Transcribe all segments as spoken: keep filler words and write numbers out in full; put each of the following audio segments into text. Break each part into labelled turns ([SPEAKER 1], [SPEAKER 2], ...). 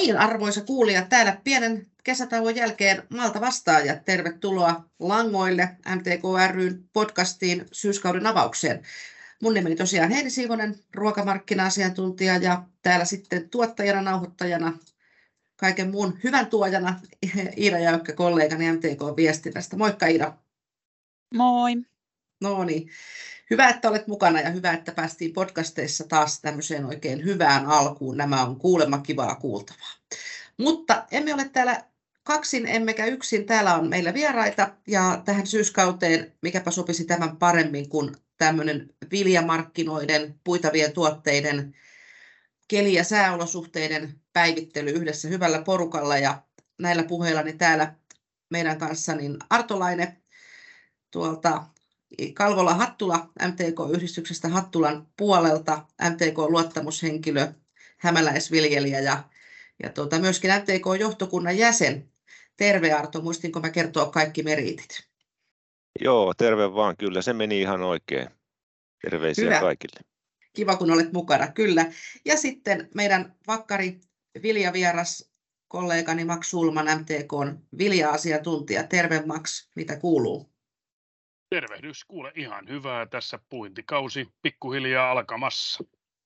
[SPEAKER 1] niin, arvoisa kuulija, täällä pienen kesätauon jälkeen Malta vastaa ja tervetuloa langoille M T K ry:n podcastiin syyskauden avaukseen. Mun nimeni tosiaan Heini Siivonen, ruokamarkkina-asiantuntija ja täällä sitten tuottajana, nauhoittajana, kaiken muun hyvän tuojana Iida Jäykkä, kollegani M T K-viestinnästä. Moikka Iida.
[SPEAKER 2] Moi.
[SPEAKER 1] No niin, hyvä, että olet mukana ja hyvä, että päästiin podcasteissa taas tämmöiseen oikein hyvään alkuun. Nämä on kuulemma kivaa kuultavaa. Mutta emme ole täällä kaksin emmekä yksin. Täällä on meillä vieraita ja tähän syyskauteen mikäpä sopisi tämän paremmin kuin tämmöinen viljamarkkinoiden, puitavien tuotteiden, keli- ja sääolosuhteiden päivittely yhdessä hyvällä porukalla. Ja näillä puheilla niin täällä meidän kanssa niin Arto Laine tuolta Kalvola Hattula M T K-yhdistyksestä Hattulan puolelta, M T K-luottamushenkilö, hämäläisviljelijä ja, ja tuota, myöskin M T K-johtokunnan jäsen. Terve Arto, muistinko mä kertoa kaikki meriitit?
[SPEAKER 3] Joo, terve vaan, kyllä se meni ihan oikein. Terveisiä
[SPEAKER 1] Hyvä.
[SPEAKER 3] Kaikille.
[SPEAKER 1] Kiva kun olet mukana, kyllä. Ja sitten meidän vakkari viljavieras kollegani Max Sulman, M T K:n vilja-asiantuntija. Terve Max, mitä kuuluu?
[SPEAKER 4] Tervehdys, kuule ihan hyvää. Tässä puintikausi pikkuhiljaa alkamassa.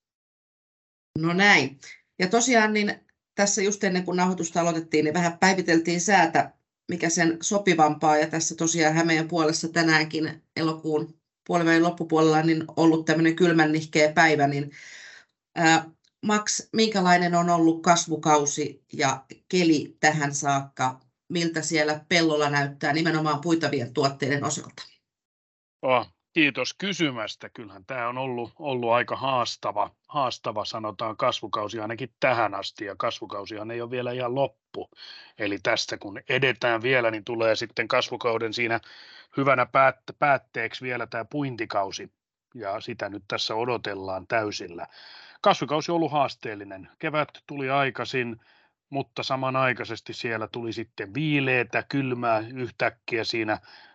[SPEAKER 1] No näin. Ja tosiaan niin tässä just ennen kuin nauhoitusta aloitettiin, niin vähän päiviteltiin säätä, mikä sen sopivampaa. Ja tässä tosiaan Hämeen puolessa tänäänkin elokuun puolivälin loppupuolella niin ollut tämmöinen kylmän nihkeä päivä. Niin, ää, Max, minkälainen on ollut kasvukausi ja keli tähän saakka? Miltä siellä pellolla näyttää nimenomaan puitavien tuotteiden osalta?
[SPEAKER 4] Oh, kiitos kysymästä. Kyllähän tämä on ollut, ollut aika haastava, haastava, sanotaan kasvukausi ainakin tähän asti, ja kasvukausihan ei ole vielä ihan loppu. Eli tästä kun edetään vielä, niin tulee sitten kasvukauden siinä hyvänä päät- päätteeksi vielä tämä puintikausi, ja sitä nyt tässä odotellaan täysillä. Kasvukausi on ollut haasteellinen. Kevät tuli aikaisin, mutta samanaikaisesti siellä tuli sitten viileätä, kylmää yhtäkkiä siinä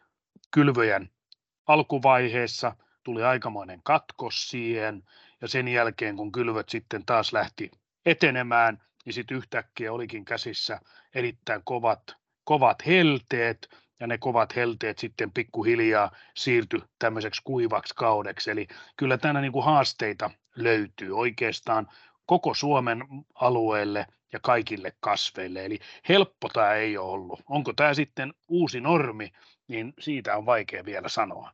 [SPEAKER 4] kylvöjen alkuvaiheessa, tuli aikamoinen katkos siihen, ja sen jälkeen kun kylvöt sitten taas lähti etenemään, niin sitten yhtäkkiä olikin käsissä erittäin kovat, kovat helteet, ja ne kovat helteet sitten pikkuhiljaa siirtyi tämmöiseksi kuivaksi kaudeksi. Eli kyllä tänä niin kuin haasteita löytyy oikeastaan koko Suomen alueelle ja kaikille kasveille. Eli helppo tämä ei ole ollut. Onko tämä sitten uusi normi, niin siitä on vaikea vielä sanoa.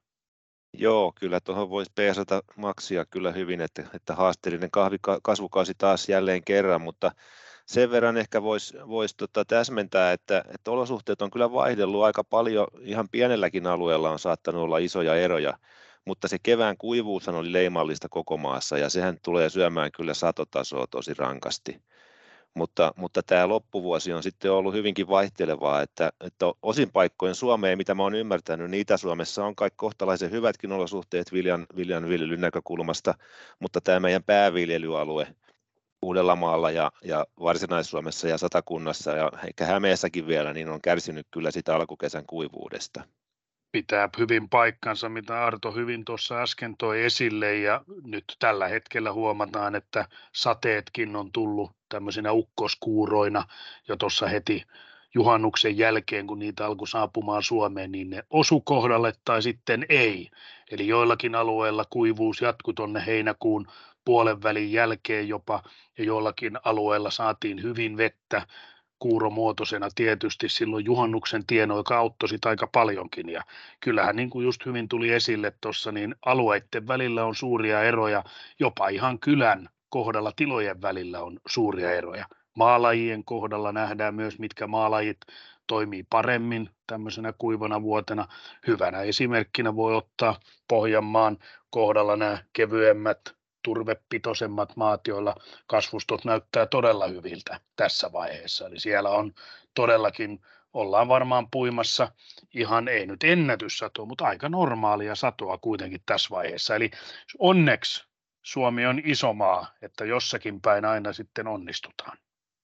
[SPEAKER 3] Joo, kyllä tuohon voisi peesata Maxia kyllä hyvin, että, että haasteellinen kahvi, kasvukausi taas jälleen kerran, mutta sen verran ehkä voisi vois tota täsmentää, että, että olosuhteet on kyllä vaihdellut aika paljon, ihan pienelläkin alueella on saattanut olla isoja eroja, mutta se kevään kuivuushan oli leimallista koko maassa ja sehän tulee syömään kyllä satotasoa tosi rankasti. Mutta, mutta tämä loppuvuosi on sitten ollut hyvinkin vaihtelevaa, että, että osin paikkojen Suomeen, mitä mä oon ymmärtänyt, niin Itä-Suomessa on kaikki kohtalaisen hyvätkin olosuhteet viljan, viljan viljelyn näkökulmasta, mutta tämä meidän pääviljelyalue Uudellamaalla ja, ja Varsinais-Suomessa ja Satakunnassa ja ehkä Hämeessäkin vielä, niin on kärsinyt kyllä sitä alkukesän kuivuudesta.
[SPEAKER 4] Pitää hyvin paikkansa, mitä Arto hyvin tuossa äsken toi esille, ja nyt tällä hetkellä huomataan, että sateetkin on tullut tämmöisinä ukkoskuuroina jo tuossa heti juhannuksen jälkeen, kun niitä alkoi saapumaan Suomeen, niin ne osu kohdalle tai sitten ei. Eli joillakin alueilla kuivuus jatkui tuonne heinäkuun puolen välin jälkeen jopa, ja joillakin alueilla saatiin hyvin vettä kuuromuotoisena tietysti silloin juhannuksen tienoilla auttoi sitä aika paljonkin, ja kyllähän niin kuin just hyvin tuli esille tuossa, niin alueiden välillä on suuria eroja, jopa ihan kylän kohdalla tilojen välillä on suuria eroja. Maalajien kohdalla nähdään myös, mitkä maalajit toimii paremmin tämmöisenä kuivana vuotena. Hyvänä esimerkkinä voi ottaa Pohjanmaan kohdalla nämä kevyemmät, turvepitoisemmat maat, joilla kasvustot näyttää todella hyviltä tässä vaiheessa. Eli siellä on todellakin, ollaan varmaan puimassa ihan ei nyt ennätyssatoa, mutta aika normaalia satoa kuitenkin tässä vaiheessa. Eli onneksi Suomi on iso maa, että jossakin päin aina sitten onnistutaan.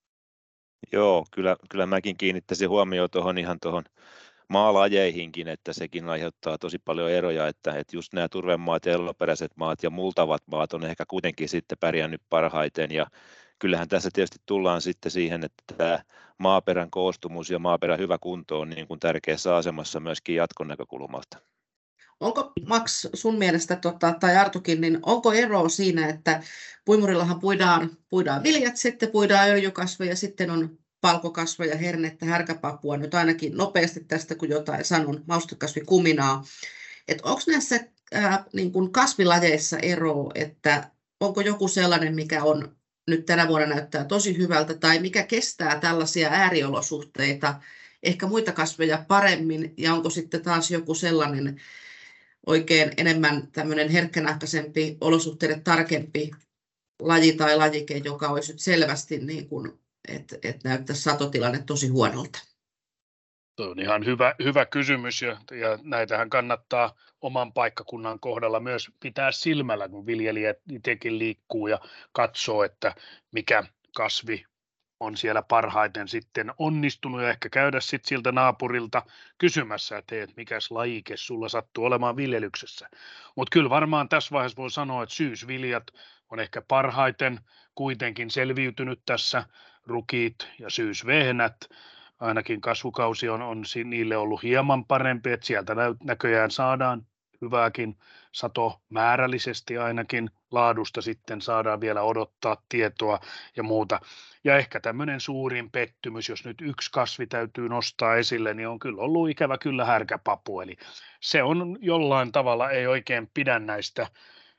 [SPEAKER 3] Joo, kyllä, kyllä mäkin kiinnittäisin huomioon tuohon ihan tuohon maalajeihinkin, että sekin aiheuttaa tosi paljon eroja, että, että just nämä turvemaat, eloperäiset maat ja multavat maat on ehkä kuitenkin sitten pärjännyt parhaiten ja kyllähän tässä tietysti tullaan sitten siihen, että tämä maaperän koostumus ja maaperän hyvä kunto on niin kuin tärkeässä asemassa myöskin jatkon näkökulmasta.
[SPEAKER 1] Onko Max sun mielestä, tota, tai Artukin, niin onko eroa siinä, että puimurillahan puidaan, puidaan viljat, sitten puidaan öljykasveja, sitten on palkokasveja, hernettä, härkäpapua, nyt ainakin nopeasti tästä, kun jotain sanon, maustekasvikuminaa. Onko näissä ää, niin kuin kasvilajeissa eroa, että onko joku sellainen, mikä on nyt tänä vuonna näyttää tosi hyvältä, tai mikä kestää tällaisia ääriolosuhteita, ehkä muita kasveja paremmin, ja onko sitten taas joku sellainen oikein enemmän tämmöinen herkkänahkaisempi, olosuhteiden tarkempi laji tai lajike, joka olisi nyt selvästi niin kuin, että et näyttäisi satotilanne tosi huonolta.
[SPEAKER 4] Tuo on ihan hyvä, hyvä kysymys ja, ja näitähän kannattaa oman paikkakunnan kohdalla myös pitää silmällä, kun viljelijä itsekin liikkuu ja katsoo, että mikä kasvi on siellä parhaiten sitten onnistunut ja ehkä käydä sitten siltä naapurilta kysymässä, että hei, et mikäs lajike sulla sattuu olemaan viljelyksessä. Mutta kyllä varmaan tässä vaiheessa voi sanoa, että syysviljat on ehkä parhaiten kuitenkin selviytynyt tässä, rukiit ja syysvehnät. Ainakin kasvukausi on, on niille ollut hieman parempi, että sieltä näköjään saadaan hyvääkin sato määrällisesti ainakin, laadusta sitten saadaan vielä odottaa tietoa ja muuta. Ja ehkä tämmöinen suurin pettymys, jos nyt yksi kasvi täytyy nostaa esille, niin on kyllä ollut ikävä kyllä härkäpapu. Eli se on jollain tavalla, ei oikein pidä näistä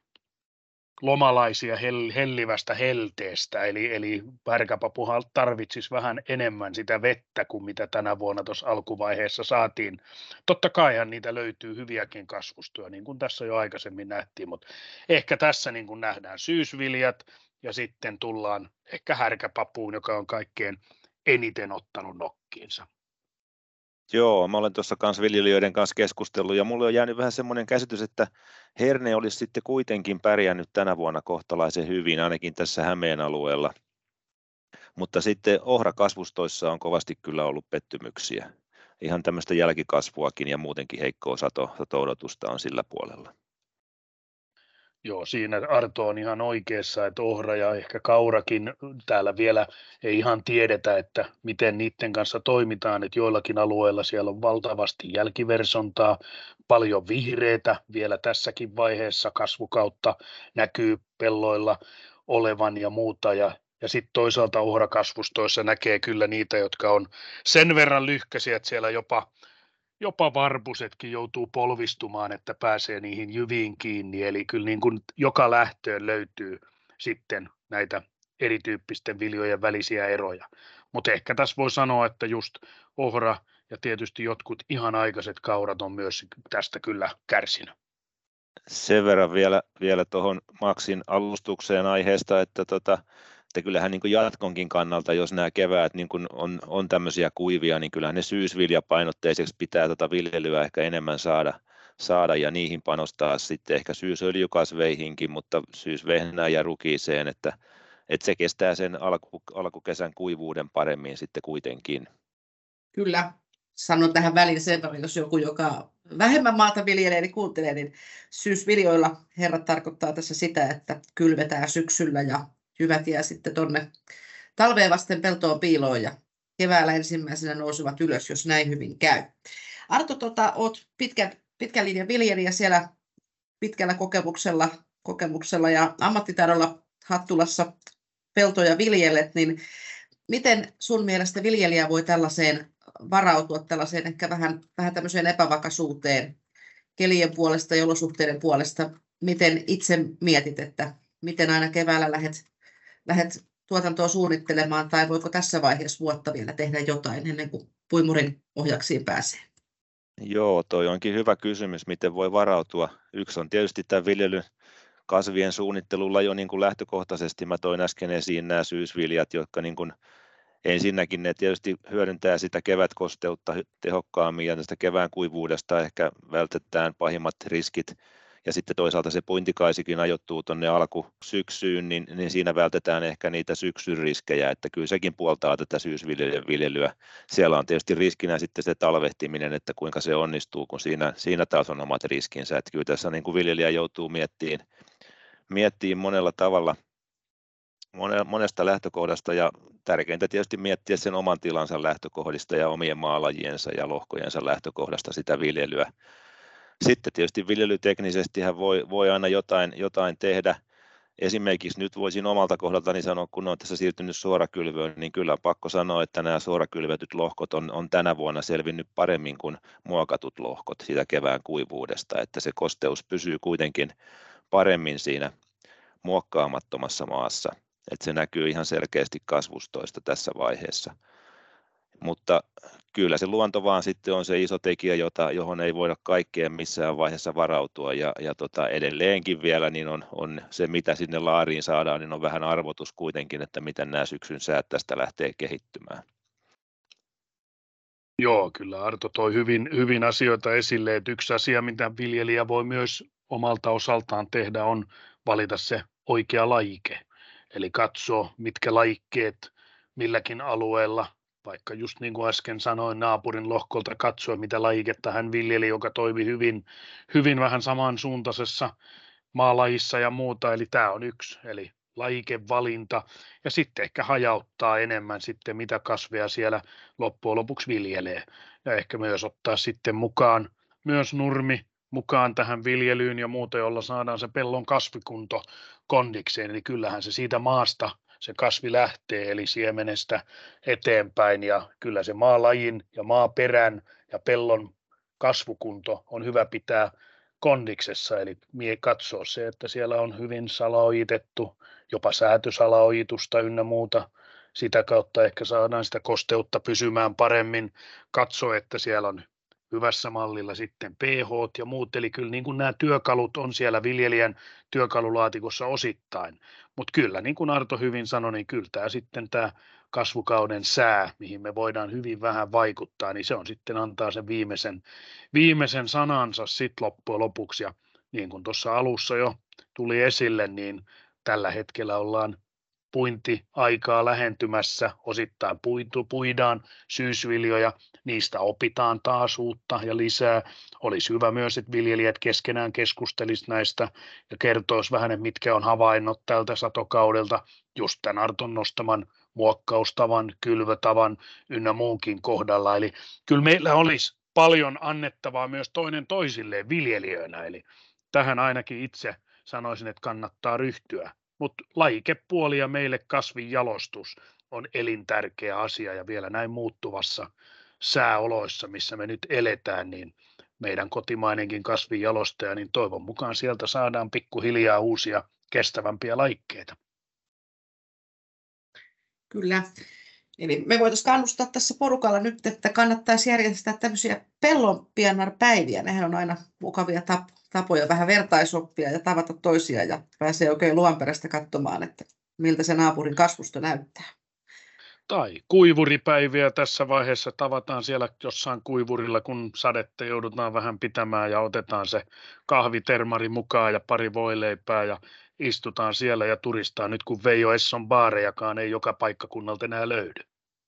[SPEAKER 4] lomalaisia hell, hellivästä helteestä, eli, eli härkäpapuhan tarvitsisi vähän enemmän sitä vettä kuin mitä tänä vuonna tuossa alkuvaiheessa saatiin. Totta kaihan niitä löytyy hyviäkin kasvustoja, niin kuin tässä jo aikaisemmin nähtiin, mutta ehkä tässä niin kuin nähdään syysviljat ja sitten tullaan ehkä härkäpapuun, joka on kaikkein eniten ottanut nokkiinsa.
[SPEAKER 3] Joo, mä olen tuossa kanssa viljelijöiden kanssa keskustellut ja mulle on jäänyt vähän semmoinen käsitys, että herne olisi sitten kuitenkin pärjännyt tänä vuonna kohtalaisen hyvin, ainakin tässä Hämeen alueella. Mutta sitten ohrakasvustoissa on kovasti kyllä ollut pettymyksiä. Ihan tämmöistä jälkikasvuakin ja muutenkin heikkoa sato, sato-odotusta on sillä puolella.
[SPEAKER 4] Joo, siinä Arto on ihan oikeassa, että ohra ja ehkä kaurakin täällä vielä ei ihan tiedetä, että miten niiden kanssa toimitaan, että joillakin alueilla siellä on valtavasti jälkiversontaa, paljon vihreitä vielä tässäkin vaiheessa kasvukautta näkyy pelloilla olevan ja muuta, ja, ja sitten toisaalta ohrakasvustoissa näkee kyllä niitä, jotka on sen verran lyhkäisiä, että siellä jopa Jopa varpusetkin joutuu polvistumaan, että pääsee niihin jyviin kiinni, eli kyllä niin kuin joka lähtöön löytyy sitten näitä erityyppisten viljojen välisiä eroja. Mutta ehkä tässä voi sanoa, että just ohra ja tietysti jotkut ihan aikaiset kaurat on myös tästä kyllä kärsinyt.
[SPEAKER 3] Sen verran vielä, vielä tuohon Maxin alustukseen aiheesta, että tota, että kyllähän niin kuin jatkonkin kannalta, jos nämä keväät niin kuin on, on tämmöisiä kuivia, niin kyllähän ne syysviljapainotteiseksi pitää tota viljelyä ehkä enemmän saada, saada ja niihin panostaa sitten ehkä syysöljykasveihinkin, mutta syysvehnään ja rukiiseen, että, että se kestää sen alku, alkukesän kuivuuden paremmin sitten kuitenkin.
[SPEAKER 1] Kyllä. Sanon tähän väliin sen verran, jos joku, joka vähemmän maata viljelee, niin kuuntelee, niin syysviljoilla herrat tarkoittaa tässä sitä, että kylvetään syksyllä ja jyvät jää sitten tuonne talveen vasten peltoon piiloon ja keväällä ensimmäisenä nousevat ylös, jos näin hyvin käy. Arto, tota, olet pitkän, pitkän linjan viljelijä siellä pitkällä kokemuksella, kokemuksella ja ammattitaidolla Hattulassa peltoja viljellet, niin miten sun mielestä viljelijä voi tällaiseen varautua, tällaiseen ehkä vähän, vähän tämmöiseen epävakaisuuteen kelien puolesta ja olosuhteiden puolesta? Miten itse mietit, että miten aina keväällä lähdet, lähdet tuotantoa suunnittelemaan, tai voiko tässä vaiheessa vuotta vielä tehdä jotain ennen kuin puimurin ohjaksiin pääsee?
[SPEAKER 3] Joo, toi onkin hyvä kysymys, miten voi varautua. Yksi on tietysti tämä viljelyn kasvien suunnittelulla jo niin kuin lähtökohtaisesti. Mä toin äsken esiin nämä syysviljat, jotka niin kuin ensinnäkin ne tietysti hyödyntää sitä kevätkosteutta tehokkaammin ja tästä kevään kuivuudesta ehkä vältetään pahimmat riskit. Ja sitten toisaalta se puintikaisikin ajoittuu tuonne alkusyksyyn, niin, niin siinä vältetään ehkä niitä syksyn riskejä, että kyllä sekin puoltaa tätä syysviljelyä. Siellä on tietysti riskinä sitten se talvehtiminen, että kuinka se onnistuu, kun siinä, siinä taas on omat riskinsä. Että kyllä tässä niin kuin viljelijä joutuu miettimään, miettimään monella tavalla, monesta lähtökohdasta ja tärkeintä tietysti miettiä sen oman tilansa lähtökohdista ja omien maalajiensa ja lohkojensa lähtökohdasta sitä viljelyä. Sitten tietysti viljelyteknisesti voi, voi aina jotain, jotain tehdä. Esimerkiksi nyt voisin omalta kohdaltani sanoa, kun olen tässä siirtynyt suorakylvöön, niin kyllä on pakko sanoa, että nämä suorakylvetyt lohkot on, on tänä vuonna selvinnyt paremmin kuin muokatut lohkot siitä kevään kuivuudesta, että se kosteus pysyy kuitenkin paremmin siinä muokkaamattomassa maassa, että se näkyy ihan selkeästi kasvustoista tässä vaiheessa. Mutta kyllä se luonto vaan sitten on se iso tekijä, jota, johon ei voida kaikkeen missään vaiheessa varautua ja, ja tota, edelleenkin vielä niin on, on se, mitä sinne laariin saadaan, niin on vähän arvotus kuitenkin, että miten nämä syksyn säät tästä lähtee kehittymään.
[SPEAKER 4] Joo, kyllä Arto toi hyvin, hyvin asioita esille, että yksi asia, mitä viljelijä voi myös omalta osaltaan tehdä, on valita se oikea lajike. Eli katsoa, mitkä lajikkeet milläkin alueella, vaikka just niin kuin äsken sanoin, naapurin lohkolta katsoa, mitä lajiketta hän viljeli, joka toimi hyvin, hyvin vähän samansuuntaisessa maalajissa ja muuta. Eli tämä on yksi, eli lajikevalinta ja sitten ehkä hajauttaa enemmän sitten, mitä kasveja siellä loppujen lopuksi viljelee. Ja ehkä myös ottaa sitten mukaan myös nurmi mukaan tähän viljelyyn ja muuta, jolla saadaan se pellon kasvikunto kondikseen. Eli kyllähän se siitä maasta se kasvi lähtee, eli siemenestä eteenpäin, ja kyllä se maalajin ja maaperän ja pellon kasvukunto on hyvä pitää kondiksessa, eli mie katsoo se, että siellä on hyvin salaojitettu, jopa säätösalaojitusta ynnä muuta. Sitä kautta ehkä saadaan sitä kosteutta pysymään paremmin. Katso, että siellä on hyvässä mallilla sitten pH ja muut, eli kyllä niin kuin nämä työkalut on siellä viljelijän työkalulaatikossa osittain, mutta kyllä niin kuin Arto hyvin sanoi, niin kyllä tämä sitten tämä kasvukauden sää, mihin me voidaan hyvin vähän vaikuttaa, niin se on sitten antaa sen viimeisen, viimeisen sanansa sitten loppujen lopuksi, ja niin kuin tuossa alussa jo tuli esille, niin tällä hetkellä ollaan puintiaikaa lähentymässä, osittain puitu, puidaan syysviljoja, niistä opitaan taas uutta ja lisää. Olisi hyvä myös, että viljelijät keskenään keskustelisivat näistä ja kertoisivat vähän, että mitkä on havainnot tältä satokaudelta, just tämän Arton nostaman muokkaustavan, kylvötavan ynnä muunkin kohdalla. Eli kyllä meillä olisi paljon annettavaa myös toinen toisilleen viljelijöinä, eli tähän ainakin itse sanoisin, että kannattaa ryhtyä. Mutta lajikepuoli ja meille kasvinjalostus on elintärkeä asia, ja vielä näin muuttuvassa sääoloissa, missä me nyt eletään, niin meidän kotimainenkin kasvinjalostaja, niin toivon mukaan sieltä saadaan pikkuhiljaa uusia kestävämpiä lajikkeita.
[SPEAKER 1] Kyllä. Eli me voitaisiin kannustaa tässä porukalla nyt, että kannattaisi järjestää tämmöisiä pellonpianarpäiviä. Nehän on aina mukavia tapoja vähän vertaisoppia ja tavata toisia ja pääsee oikein luonperäistä katsomaan, että miltä se naapurin kasvusto näyttää.
[SPEAKER 4] Tai kuivuripäiviä tässä vaiheessa, tavataan siellä jossain kuivurilla, kun sadetta joudutaan vähän pitämään ja otetaan se kahvitermari mukaan ja pari voileipää ja istutaan siellä ja turistaa nyt, kun Veijo Esson baarejakaan ei joka paikkakunnalta enää löydy.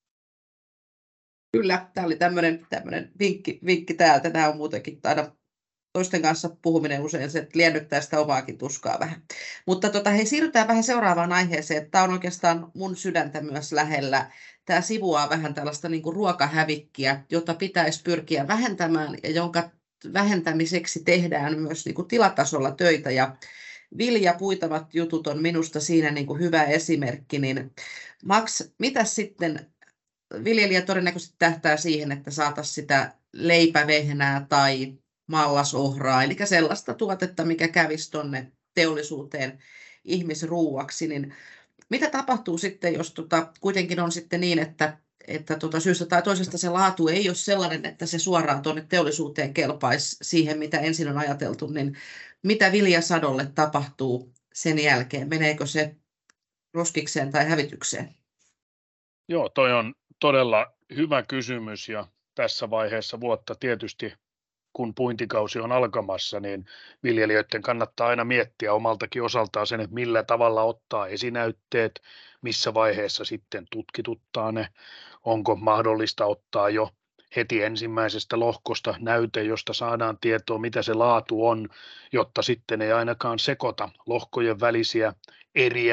[SPEAKER 1] Kyllä, tämä oli tämmöinen, tämmöinen vinkki, vinkki täältä. Nämä on muutenkin aina toisten kanssa puhuminen usein, se liennyttää sitä omaakin tuskaa vähän. Mutta tota, hei, siirrytään vähän seuraavaan aiheeseen. Tämä on oikeastaan mun sydäntä myös lähellä. Tämä sivuaa vähän tällaista niin kuin ruokahävikkiä, jota pitäisi pyrkiä vähentämään ja jonka vähentämiseksi tehdään myös niin kuin tilatasolla töitä. Ja vilja, puitavat jutut on minusta siinä niin kuin hyvä esimerkki. Niin Max, mitä sitten viljelijä todennäköisesti tähtää siihen, että saataisiin sitä leipävehnää tai mallasohraa, eli sellaista tuotetta, mikä kävisi tuonne teollisuuteen ihmisruuaksi, niin mitä tapahtuu sitten, jos tota, kuitenkin on sitten niin, että, että tota, syystä tai toisesta se laatu ei ole sellainen, että se suoraan tuonne teollisuuteen kelpaisi siihen, mitä ensin on ajateltu, niin mitä viljasadolle tapahtuu sen jälkeen? Meneekö se roskikseen tai hävitykseen?
[SPEAKER 4] Joo, toi on todella hyvä kysymys, ja tässä vaiheessa vuotta tietysti, kun puintikausi on alkamassa, niin viljelijöiden kannattaa aina miettiä omaltakin osaltaan sen, että millä tavalla ottaa esinäytteet, missä vaiheessa sitten tutkituttaa ne, onko mahdollista ottaa jo heti ensimmäisestä lohkosta näyte, josta saadaan tietoa, mitä se laatu on, jotta sitten ei ainakaan sekoita lohkojen välisiä eriä,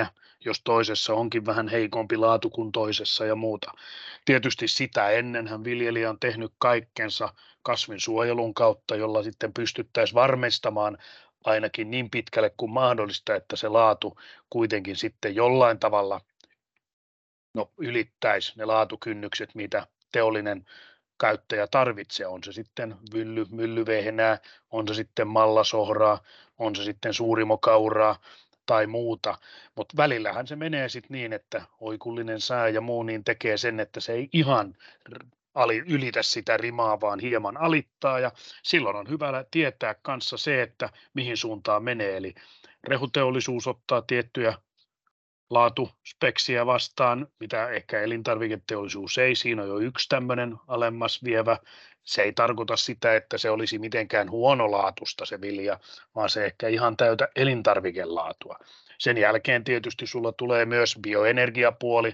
[SPEAKER 4] jos toisessa onkin vähän heikompi laatu kuin toisessa ja muuta. Tietysti sitä ennenhän viljelijä on tehnyt kaikkensa kasvinsuojelun kautta, jolla sitten pystyttäisiin varmistamaan ainakin niin pitkälle kuin mahdollista, että se laatu kuitenkin sitten jollain tavalla no, ylittäisi ne laatukynnykset, mitä teollinen käyttäjä tarvitsee, on se sitten vylly, myllyvehnää, on se sitten mallasohraa, on se sitten suurimokauraa tai muuta, mutta välillähän se menee sitten niin, että oikullinen sää ja muu niin tekee sen, että se ei ihan ali, ylitä sitä rimaa, vaan hieman alittaa, ja silloin on hyvä tietää kanssa se, että mihin suuntaan menee, eli rehuteollisuus ottaa tiettyjä laatuspeksiä vastaan, mitä ehkä elintarviketeollisuus ei. Siinä on jo yksi tämmöinen alemmas vievä. Se ei tarkoita sitä, että se olisi mitenkään huonolaatusta se vilja, vaan se ehkä ihan täytä elintarvikelaatua. Sen jälkeen tietysti sulla tulee myös bioenergiapuoli,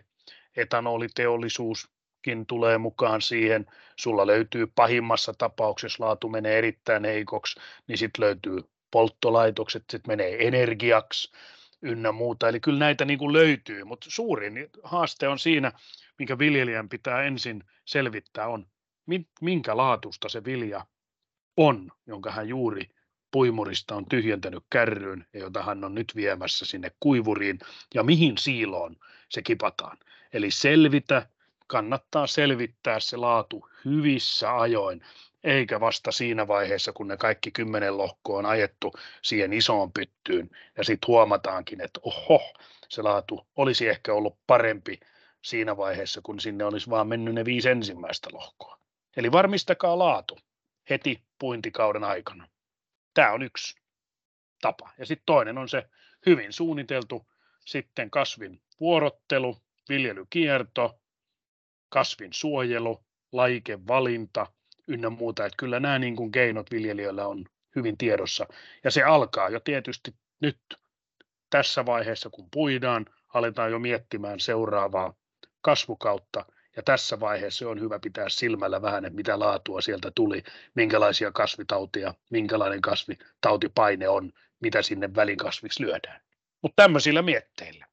[SPEAKER 4] etanoliteollisuuskin tulee mukaan siihen. Sulla löytyy pahimmassa tapauksessa, laatu menee erittäin heikoksi, niin sitten löytyy polttolaitokset, sitten menee energiaksi ynnä muuta. Eli kyllä näitä niin kuin löytyy, mutta suurin haaste on siinä, minkä viljelijän pitää ensin selvittää, on minkä laatusta se vilja on, jonka hän juuri puimurista on tyhjentänyt kärryyn ja jota hän on nyt viemässä sinne kuivuriin ja mihin siiloon se kipataan. Eli selvitä, kannattaa selvittää se laatu hyvissä ajoin, eikä vasta siinä vaiheessa, kun ne kaikki kymmenen lohkoa on ajettu siihen isoon pyttyyn ja sitten huomataankin, että oho, se laatu olisi ehkä ollut parempi siinä vaiheessa, kun sinne olisi vaan mennyt ne viisi ensimmäistä lohkoa. Eli varmistakaa laatu heti puintikauden aikana. Tämä on yksi tapa. Ja sitten toinen on se hyvin suunniteltu sitten kasvin vuorottelu, viljelykierto, kasvin suojelu, lajikevalinta ynnä muuta. Että kyllä nämä niin kuin keinot viljelijöillä on hyvin tiedossa. Ja se alkaa jo tietysti nyt tässä vaiheessa, kun puidaan, aletaan jo miettimään seuraavaa kasvukautta. Ja tässä vaiheessa on hyvä pitää silmällä vähän, että mitä laatua sieltä tuli, minkälaisia kasvitautia, minkälainen kasvitautipaine on, mitä sinne välikasviksi lyödään. Mutta tämmöisillä mietteillä.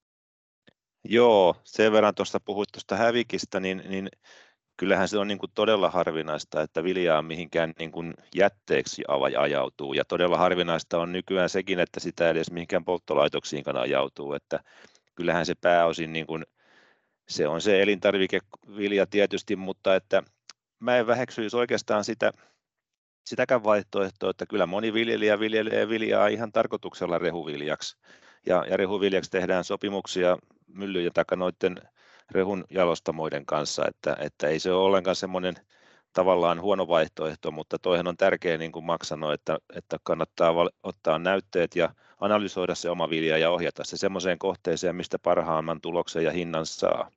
[SPEAKER 3] Joo, sen verran tuosta puhuit tuosta hävikistä, niin, niin kyllähän se on niin kuin todella harvinaista, että viljaa mihinkään niin kuin jätteeksi ajautuu. Ja todella harvinaista on nykyään sekin, että sitä ei edes mihinkään polttolaitoksiinkaan ajautuu. Että kyllähän se pääosin niin kuin se on se elintarvikevilja tietysti, mutta että mä en väheksyisi oikeastaan sitä, sitäkään vaihtoehtoa, että kyllä moni viljelijä viljelee viljaa ihan tarkoituksella rehuviljaksi. Ja, ja rehuviljaksi tehdään sopimuksia myllyjen tai noiden rehun jalostamoiden kanssa, että, että ei se ole ollenkaan semmoinen tavallaan huono vaihtoehto, mutta toihan on tärkeä niin kuin Max sanoi, että, että kannattaa ottaa näytteet ja analysoida se oma vilja ja ohjata se semmoiseen kohteeseen, mistä parhaamman tuloksen ja hinnan saa.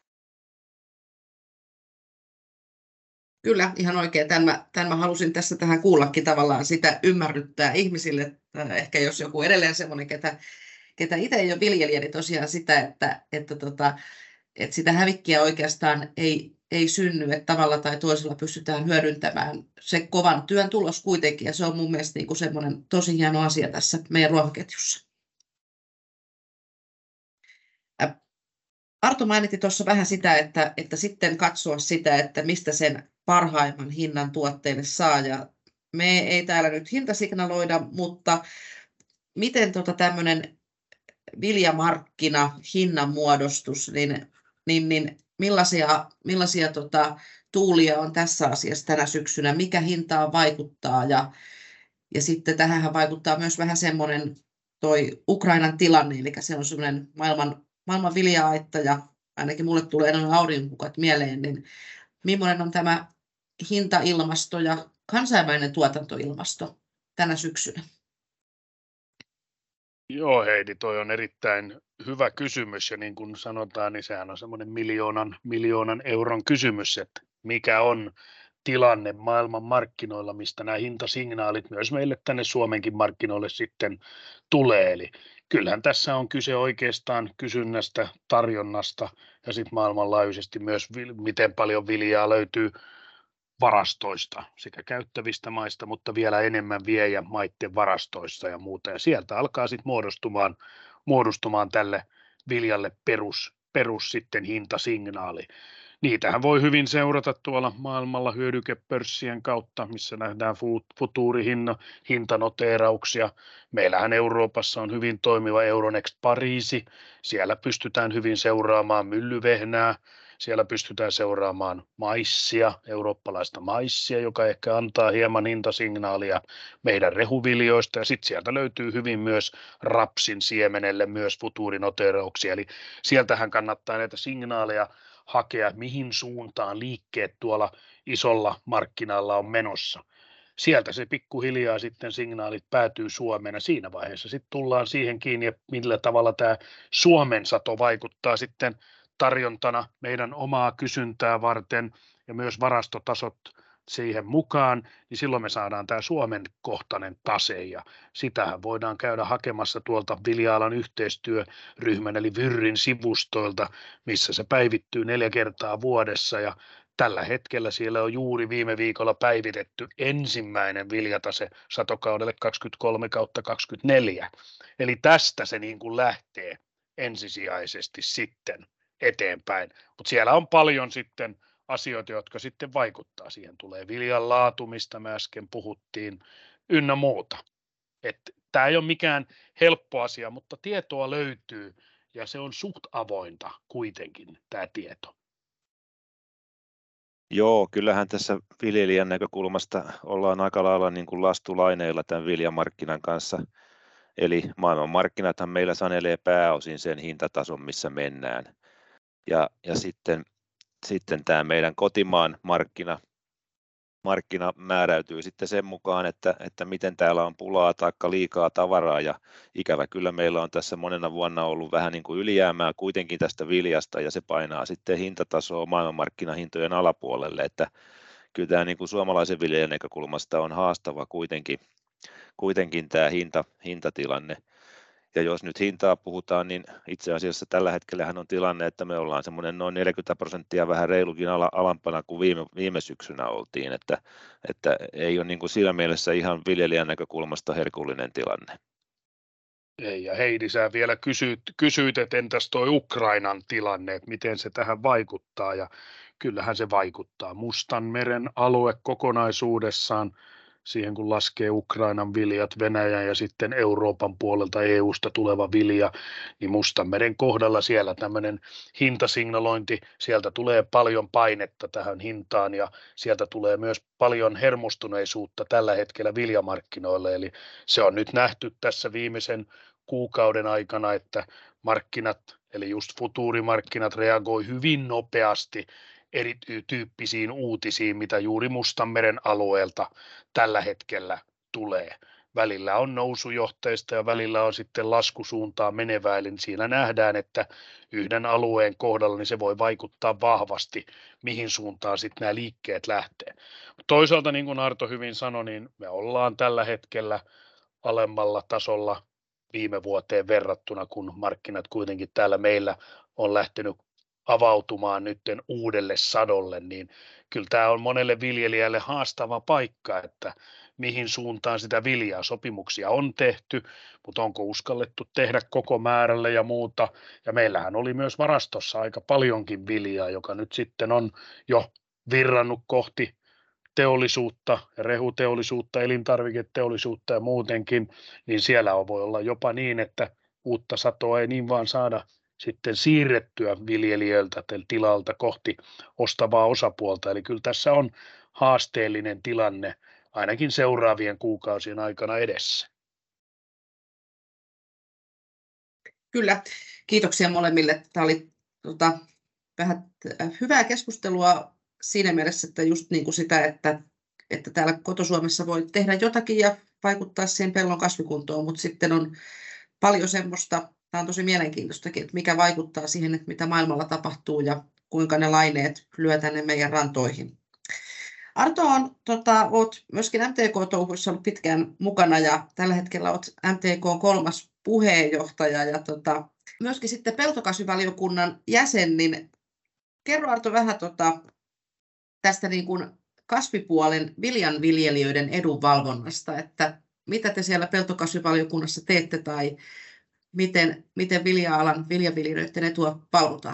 [SPEAKER 1] Kyllä, ihan oikein. Tämän mä, tämän mä halusin tässä tähän kuullakin tavallaan sitä ymmärryttää ihmisille. Ehkä jos joku edelleen semmoinen, ketä, ketä itse ei ole viljelijä, niin tosiaan sitä, että, että, tota, että sitä hävikkiä oikeastaan ei, ei synny, että tavalla tai toisella pystytään hyödyntämään se kovan työn tulos kuitenkin. Ja se on mun mielestä niin kuin semmoinen tosi hieno asia tässä meidän ruokaketjussa. Arto mainitti tuossa vähän sitä, että, että sitten katsoa sitä, että mistä sen parhaimman hinnan tuotteille saa. Ja me ei täällä nyt hintasignaloida, mutta miten tota tämmöinen viljamarkkina, hinnanmuodostus, niin, niin, niin millaisia, millaisia tota, tuulia on tässä asiassa tänä syksynä, mikä hintaan vaikuttaa ja, ja sitten tähän vaikuttaa myös vähän semmoinen toi Ukrainan tilanne, eli se on semmoinen maailman maailman vilja-aitta ja ainakin mulle tulee noin aurinkokukat mieleen, niin millainen on tämä hintailmasto ja kansainvälinen tuotantoilmasto tänä syksynä?
[SPEAKER 4] Joo Heidi, toi on erittäin hyvä kysymys ja niin kuin sanotaan, niin sehän on semmoinen miljoonan, miljoonan euron kysymys, että mikä on tilanne maailman markkinoilla, mistä nämä hintasignaalit myös meille tänne Suomenkin markkinoille sitten tulee. Eli kyllähän tässä on kyse oikeastaan kysynnästä, tarjonnasta ja sitten maailmanlaajuisesti myös miten paljon viljaa löytyy varastoista sekä käyttävistä maista, mutta vielä enemmän viejämaiden varastoissa ja muuta. Ja sieltä alkaa sitten muodostumaan, muodostumaan tälle viljalle perus, perus sitten hintasignaali. Niitähän voi hyvin seurata tuolla maailmalla hyödykepörssien kautta, missä nähdään futuurihintanoterauksia. Meillähän Euroopassa on hyvin toimiva Euronext Pariisi. Siellä pystytään hyvin seuraamaan myllyvehnää. Siellä pystytään seuraamaan maissia, eurooppalaista maissia, joka ehkä antaa hieman hintasignaalia meidän rehuviljoista. Ja sitten sieltä löytyy hyvin myös rapsin siemenelle myös futuurinoterauksia. Eli sieltähän kannattaa näitä signaaleja hakea, mihin suuntaan liikkeet tuolla isolla markkinalla on menossa. Sieltä se pikkuhiljaa sitten signaalit päätyy Suomeen, ja siinä vaiheessa sitten tullaan siihen kiinni, millä tavalla tämä Suomen sato vaikuttaa sitten tarjontana meidän omaa kysyntää varten ja myös varastotasot siihen mukaan, niin silloin me saadaan tämä Suomen kohtainen tase, ja sitähän voidaan käydä hakemassa tuolta vilja-alan yhteistyöryhmän eli Vyrrin sivustoilta, missä se päivittyy neljä kertaa vuodessa, ja tällä hetkellä siellä on juuri viime viikolla päivitetty ensimmäinen viljatase satokaudelle kaksikymmentäkolme kaksikymmentäneljä, eli tästä se niin kuin lähtee ensisijaisesti sitten eteenpäin, mutta siellä on paljon sitten asioita, jotka sitten vaikuttaa siihen. Tulee viljan laatu, mistä me äsken puhuttiin, ynnä muuta. Tämä ei ole mikään helppo asia, mutta tietoa löytyy ja se on suht avointa kuitenkin tämä tieto.
[SPEAKER 3] Joo, kyllähän tässä viljelijän näkökulmasta ollaan aika lailla niin kuin lastulaineilla tämän viljamarkkinan kanssa. Eli maailmanmarkkinathan meillä sanelee pääosin sen hintatason, missä mennään. Ja, ja sitten Sitten tämä meidän kotimaan markkina, markkina määräytyy sitten sen mukaan, että, että miten täällä on pulaa tai liikaa tavaraa, ja ikävä kyllä meillä on tässä monena vuonna ollut vähän niin kuin ylijäämää kuitenkin tästä viljasta, ja se painaa sitten hintatasoa maailmanmarkkinahintojen alapuolelle, että kyllä tämä niin kuin suomalaisen viljelijän näkökulmasta on haastava kuitenkin, kuitenkin tämä hinta, hintatilanne. Ja jos nyt hintaa puhutaan, niin itse asiassa tällä hetkellähän on tilanne, että me ollaan semmoinen noin neljäkymmentä prosenttia vähän reilukin ala, alampana kuin viime, viime syksynä oltiin, että, että ei ole niin kuin siinä mielessä ihan viljelijän näkökulmasta herkullinen tilanne.
[SPEAKER 4] Ei, ja Heidi, sä vielä kysyit, kysyit että entäs tuo Ukrainan tilanne, että miten se tähän vaikuttaa, ja kyllähän se vaikuttaa. Mustanmeren alue kokonaisuudessaan, siihen kun laskee Ukrainan viljat, Venäjän ja sitten Euroopan puolelta E U:sta tuleva vilja, niin Mustanmeren kohdalla siellä tämmöinen hintasignalointi, sieltä tulee paljon painetta tähän hintaan ja sieltä tulee myös paljon hermostuneisuutta tällä hetkellä viljamarkkinoille, eli se on nyt nähty tässä viimeisen kuukauden aikana, että markkinat, eli just futuurimarkkinat reagoi hyvin nopeasti erityyppisiin uutisiin, mitä juuri Mustanmeren alueelta tällä hetkellä tulee. Välillä on nousujohteista ja välillä on sitten laskusuuntaan menevää, eli siinä nähdään, että yhden alueen kohdalla niin se voi vaikuttaa vahvasti, mihin suuntaan sitten nämä liikkeet lähtee. Toisaalta, niin kuin Arto hyvin sanoi, niin me ollaan tällä hetkellä alemmalla tasolla viime vuoteen verrattuna, kun markkinat kuitenkin täällä meillä on lähtenyt avautumaan nytten uudelle sadolle, niin kyllä tämä on monelle viljelijälle haastava paikka, että mihin suuntaan sitä viljaa, sopimuksia on tehty, mutta onko uskallettu tehdä koko määrälle ja muuta, ja meillähän oli myös varastossa aika paljonkin viljaa, joka nyt sitten on jo virrannut kohti teollisuutta, rehuteollisuutta, elintarviketeollisuutta ja muutenkin, niin siellä voi olla jopa niin, että uutta satoa ei niin vaan saada sitten siirrettyä viljelijöiltä tilalta kohti ostavaa osapuolta. Eli kyllä tässä on haasteellinen tilanne ainakin seuraavien kuukausien aikana edessä.
[SPEAKER 1] Kyllä, kiitoksia molemmille. Tämä oli tota, vähän hyvää keskustelua siinä mielessä, että just niin kuin sitä, että, että täällä koto-Suomessa voi tehdä jotakin ja vaikuttaa siihen pellon kasvikuntoon, mutta sitten on paljon semmoista, tämä on tosi mielenkiintoistakin, että mikä vaikuttaa siihen, että mitä maailmalla tapahtuu ja kuinka ne laineet lyö tänne meidän rantoihin. Arto, on, tota, olet myöskin M T K-touhuissa ollut pitkään mukana ja tällä hetkellä olet M T K kolmas puheenjohtaja ja tota, myöskin sitten peltokasvivaliokunnan jäsen, niin kerro Arto vähän tota, tästä niin kuin kasvipuolen viljanviljelijöiden edunvalvonnasta, että mitä te siellä peltokasvivaliokunnassa teette tai miten, miten vilja-alan viljanviljelijöiden etua valvotaan?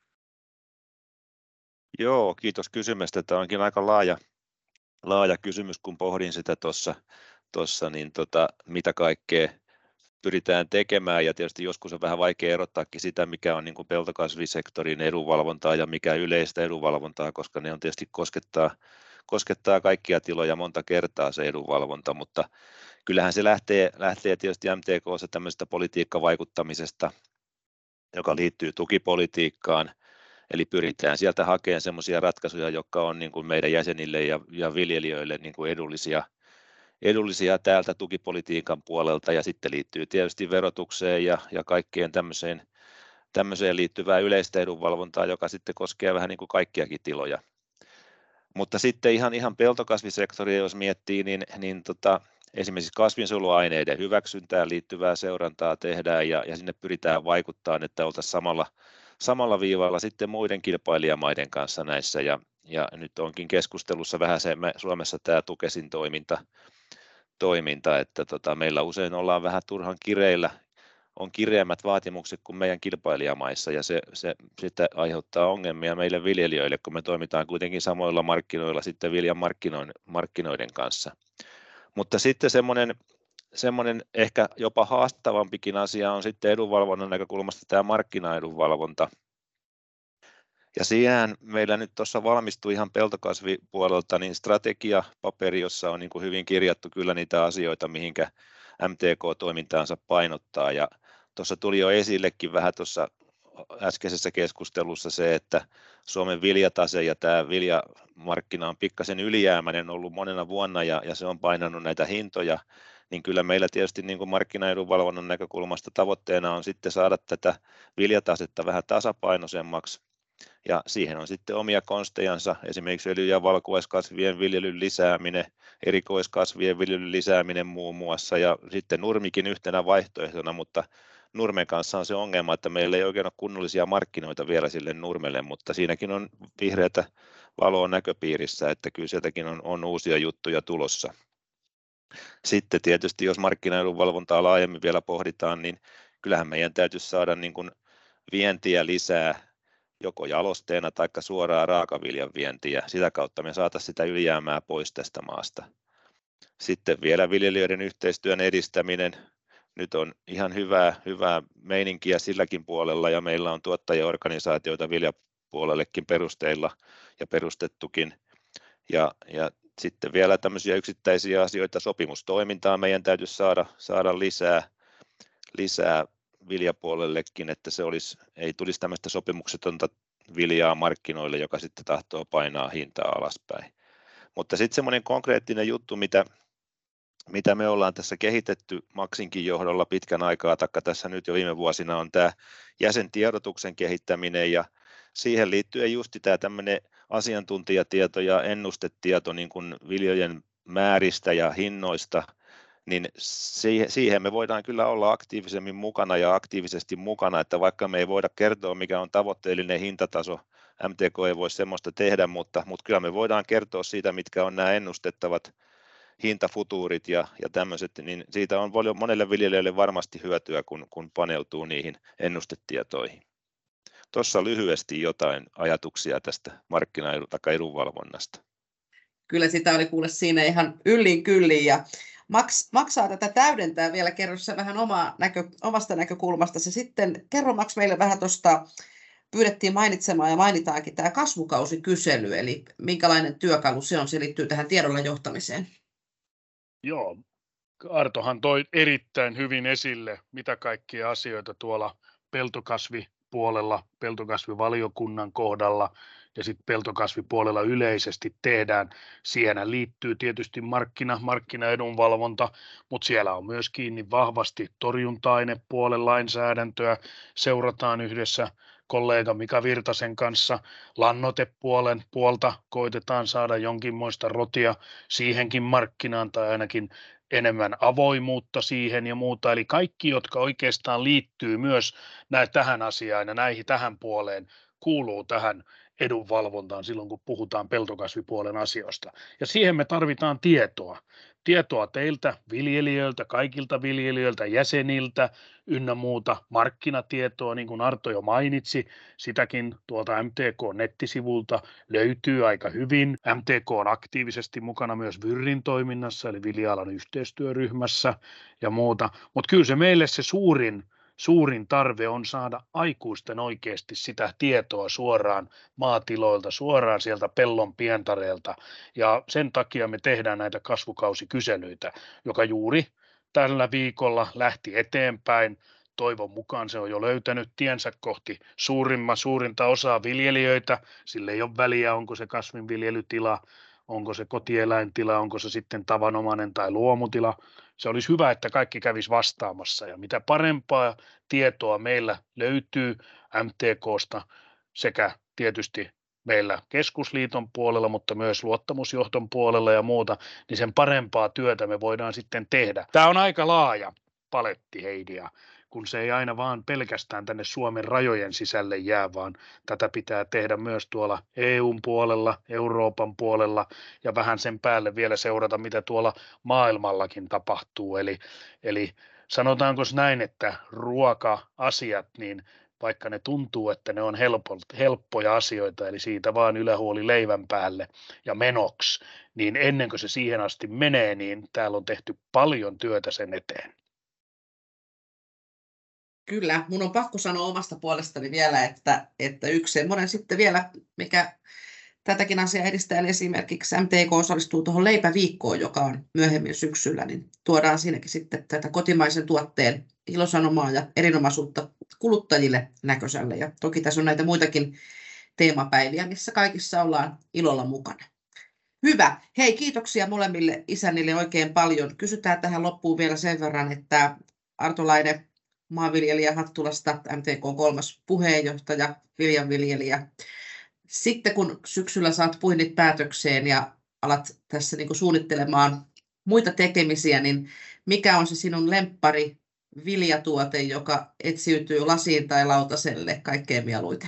[SPEAKER 3] Joo, kiitos kysymästä. Tämä onkin aika laaja, laaja kysymys, kun pohdin sitä tuossa, tossa, niin tota, mitä kaikkea pyritään tekemään, ja tietysti joskus on vähän vaikea erottaakin sitä, mikä on niin kuin peltokasvisektorin edunvalvontaa ja mikä yleistä edunvalvontaa, koska ne on tietysti koskettaa, koskettaa kaikkia tiloja monta kertaa se edunvalvonta, mutta kyllähän se lähtee, lähtee tietysti M T K:ssa tämmöisestä politiikkavaikuttamisesta, joka liittyy tukipolitiikkaan, eli pyritään sieltä hakemaan semmoisia ratkaisuja, jotka on niin kuin meidän jäsenille ja, ja viljelijöille niin kuin edullisia, edullisia täältä tukipolitiikan puolelta, ja sitten liittyy tietysti verotukseen ja, ja kaikkeen tämmöiseen, tämmöiseen liittyvää yleistä edunvalvontaa, joka sitten koskee vähän niin kuin kaikkiakin tiloja. Mutta sitten ihan, ihan peltokasvisektoria, jos miettii, niin, niin tota, esimerkiksi kasvinsuojeluaineiden hyväksyntään liittyvää seurantaa tehdään, ja, ja sinne pyritään vaikuttamaan, että oltaisiin samalla, samalla viivalla sitten muiden kilpailijamaiden kanssa näissä, ja, ja nyt onkin keskustelussa vähän se Suomessa tämä Tukesin toiminta, toiminta että tota, meillä usein ollaan vähän turhan kireillä, on kireämmät vaatimukset kuin meidän kilpailijamaissa, ja se, se sitten aiheuttaa ongelmia meille viljelijöille, kun me toimitaan kuitenkin samoilla markkinoilla sitten viljan markkinoiden, markkinoiden kanssa. Mutta sitten semmoinen, semmoinen ehkä jopa haastavampikin asia on sitten edunvalvonnan näkökulmasta tämä markkinaedunvalvonta. Ja siihen meillä nyt tuossa valmistui ihan peltokasvipuolelta niin strategiapaperi, jossa on niin kuin hyvin kirjattu kyllä niitä asioita, mihinkä M T K-toimintaansa painottaa. Ja tuossa tuli jo esillekin vähän tuossa äskeisessä keskustelussa se, että Suomen viljatase ja tämä viljamarkkina on pikkasen ylijäämäinen ollut monena vuonna, ja, ja se on painanut näitä hintoja, niin kyllä meillä tietysti niin kuin markkinaedunvalvonnan näkökulmasta tavoitteena on sitten saada tätä viljatasetta vähän tasapainoisemmaksi, ja siihen on sitten omia konstejansa, esimerkiksi öljy- ja valkuaiskasvien viljelyn lisääminen, erikoiskasvien viljelyn lisääminen muun muassa, ja sitten nurmikin yhtenä vaihtoehtona, mutta nurmen kanssa on se ongelma, että meillä ei oikein ole kunnollisia markkinoita vielä sille nurmelle, mutta siinäkin on vihreätä valoa näköpiirissä, että kyllä sieltäkin on, on uusia juttuja tulossa. Sitten tietysti, jos markkinaedunvalvontaa laajemmin vielä pohditaan, niin kyllähän meidän täytyisi saada niin kuin vientiä lisää, joko jalosteena tai suoraan raakaviljan vientiä. Sitä kautta me saataisiin sitä ylijäämää pois tästä maasta. Sitten vielä viljelijöiden yhteistyön edistäminen. Nyt on ihan hyvää, hyvää meininkiä silläkin puolella, ja meillä on tuottajaorganisaatioita viljapuolellekin perusteilla ja perustettukin. Ja, ja sitten vielä tämmöisiä yksittäisiä asioita, sopimustoimintaa meidän täytyisi saada, saada lisää, lisää viljapuolellekin, että se olisi, ei tulisi tämmöistä sopimuksetonta viljaa markkinoille, joka sitten tahtoo painaa hintaa alaspäin. Mutta sitten semmoinen konkreettinen juttu, mitä, mitä me ollaan tässä kehitetty Maxinkin johdolla pitkän aikaa, taikka tässä nyt jo viime vuosina, on tämä jäsentiedotuksen kehittäminen, ja siihen liittyen just tämä tämmöinen asiantuntijatieto ja ennustetieto niin kuin viljojen määristä ja hinnoista, niin siihen me voidaan kyllä olla aktiivisemmin mukana ja aktiivisesti mukana, että vaikka me ei voida kertoa, mikä on tavoitteellinen hintataso, M T K ei voi semmoista tehdä, mutta, mutta kyllä me voidaan kertoa siitä, mitkä on nämä ennustettavat hintafutuurit ja, ja tämmöiset, niin siitä on monelle viljelijälle varmasti hyötyä, kun, kun paneutuu niihin ennustetietoihin. Tuossa lyhyesti jotain ajatuksia tästä markkina- tai edunvalvonnasta.
[SPEAKER 1] Kyllä sitä oli kuule siinä ihan yllin kyllin, ja Max, Maksaa tätä täydentää vielä, kerro se vähän oma näkö, omasta näkökulmasta. Se sitten, kerro Max meille vähän tuosta, pyydettiin mainitsemaan ja mainitaankin tämä kasvukausikysely, eli minkälainen työkalu se on, se liittyy tähän tiedolla johtamiseen.
[SPEAKER 4] Joo, Artohan toi erittäin hyvin esille, mitä kaikkia asioita tuolla peltokasvipuolella, peltokasvivaliokunnan kohdalla ja sitten peltokasvipuolella yleisesti tehdään. Siihen liittyy tietysti markkina, markkinaedunvalvonta, mutta siellä on myös kiinni vahvasti torjunta-ainepuolen lainsäädäntöä. Seurataan yhdessä kollega Mika Virtasen kanssa lannoitepuolen puolta, koitetaan saada jonkinmoista rotia siihenkin markkinaan tai ainakin enemmän avoimuutta siihen ja muuta. Eli kaikki, jotka oikeastaan liittyy myös näin, tähän asiaan ja näihin tähän puoleen, kuuluu tähän edunvalvontaan silloin, kun puhutaan peltokasvipuolen asioista. Ja siihen me tarvitaan tietoa. tietoa teiltä, viljelijöiltä, kaikilta viljelijöiltä, jäseniltä ynnä muuta markkinatietoa, niin kuin Arto jo mainitsi, sitäkin tuolta M T K-nettisivulta löytyy aika hyvin. M T K on aktiivisesti mukana myös Vyrin toiminnassa, eli vilja-alan yhteistyöryhmässä ja muuta, mutta kyllä se meille se suurin Suurin tarve on saada aikuisten oikeasti sitä tietoa suoraan maatiloilta, suoraan sieltä pellon pientareelta. Ja sen takia me tehdään näitä kasvukausikyselyitä, joka juuri tällä viikolla lähti eteenpäin. Toivon mukaan se on jo löytänyt tiensä kohti suurimma, suurinta osaa viljelijöitä. Sille ei ole väliä, onko se kasvinviljelytila, onko se kotieläintila, onko se sitten tavanomainen tai luomutila. Se olisi hyvä, että kaikki kävisi vastaamassa, ja mitä parempaa tietoa meillä löytyy M T K:sta sekä tietysti meillä keskusliiton puolella, mutta myös luottamusjohton puolella ja muuta, niin sen parempaa työtä me voidaan sitten tehdä. Tämä on aika laaja paletti, Heidi, ja kun se ei aina vaan pelkästään tänne Suomen rajojen sisälle jää, vaan tätä pitää tehdä myös tuolla E U:n puolella, Euroopan puolella ja vähän sen päälle vielä seurata, mitä tuolla maailmallakin tapahtuu. Eli, eli sanotaanko näin, että ruoka-asiat, niin vaikka ne tuntuu, että ne on helppo, helppoja asioita, eli siitä vaan ylähuoli leivän päälle ja menoksi, niin ennen kuin se siihen asti menee, niin täällä on tehty paljon työtä sen eteen.
[SPEAKER 1] Kyllä, mun on pakko sanoa omasta puolestani vielä, että, että yksi semmoinen sitten vielä, mikä tätäkin asiaa edistää, niin esimerkiksi M T K osallistuu tuohon leipäviikkoon, joka on myöhemmin syksyllä, niin tuodaan siinäkin sitten tätä kotimaisen tuotteen ilosanomaa ja erinomaisuutta kuluttajille näköiselle. Ja toki tässä on näitä muitakin teemapäiviä, missä kaikissa ollaan ilolla mukana. Hyvä. Hei, kiitoksia molemmille isännille oikein paljon. Kysytään tähän loppuun vielä sen verran, että Arto Laine, maanviljelijä Hattulasta, M T K kolmas puheenjohtaja, viljanviljelijä. Sitten kun syksyllä saat puinnit päätökseen ja alat tässä niin kuin suunnittelemaan muita tekemisiä, niin mikä on se sinun lemppari viljatuote, joka etsiytyy lasiin tai lautaselle kaikkein mieluiten?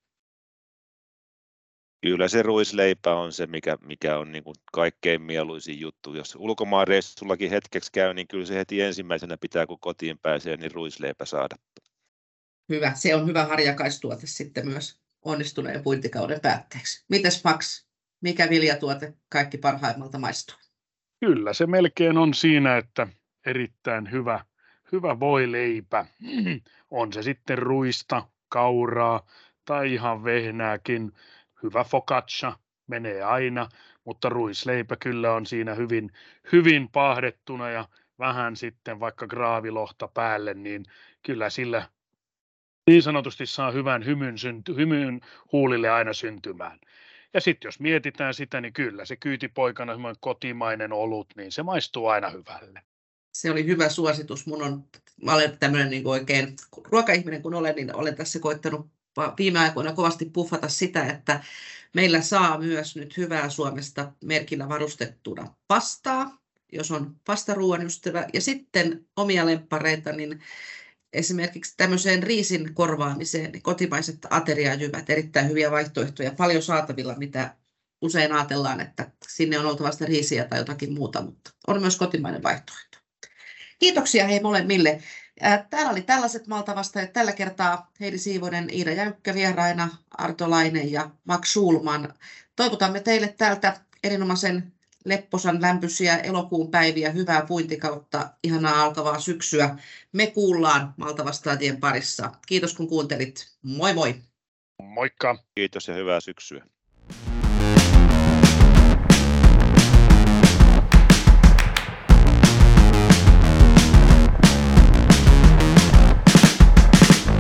[SPEAKER 3] Kyllä se ruisleipä on se, mikä, mikä on niin kuin kaikkein mieluisin juttu. Jos ulkomaan reissullakin hetkeksi käy, niin kyllä se heti ensimmäisenä pitää, kun kotiin pääsee, niin ruisleipä saada.
[SPEAKER 1] Hyvä. Se on hyvä harjakaistuote sitten myös onnistuneen puintikauden päätteeksi. Mites Max, mikä viljatuote kaikki parhaimmalta maistuu?
[SPEAKER 4] Kyllä se melkein on siinä, että erittäin hyvä, hyvä voileipä. On se sitten ruista, kauraa tai ihan vehnääkin. Hyvä focaccia menee aina, mutta ruisleipä kyllä on siinä hyvin, hyvin paahdettuna ja vähän sitten vaikka graavilohta päälle, niin kyllä sillä niin sanotusti saa hyvän hymyn, synty, hymyn huulille aina syntymään. Ja sitten jos mietitään sitä, niin kyllä se kyytipoikana kotimainen olut, niin se maistuu aina hyvälle.
[SPEAKER 1] Se oli hyvä suositus. Mun on, mä olen tämmöinen niin oikein ruokaihminen kun olen, niin olen tässä koittanut viime aikoina kovasti puffata sitä, että meillä saa myös nyt hyvää Suomesta merkillä varustettuna pastaa, jos on pastaruuan ystävä, ja sitten omia lemppareita, niin esimerkiksi tämmöiseen riisin korvaamiseen, niin kotimaiset ateriajyvät, erittäin hyviä vaihtoehtoja, paljon saatavilla, mitä usein ajatellaan, että sinne on oltava sitä riisiä tai jotakin muuta, mutta on myös kotimainen vaihtoehto. Kiitoksia hei molemmille. Täällä oli tällaiset Maltavastaajat tällä kertaa Heidi Siivonen, Iida Jäykkä vieraina, Arto Laine ja Max Schulman. Toivotamme teille täältä erinomaisen lepposan lämpöisiä elokuun päiviä, hyvää puintikautta, ihanaa alkavaa syksyä. Me kuullaan Maltavastaajien parissa. Kiitos kun kuuntelit. Moi moi!
[SPEAKER 4] Moikka!
[SPEAKER 3] Kiitos ja hyvää syksyä.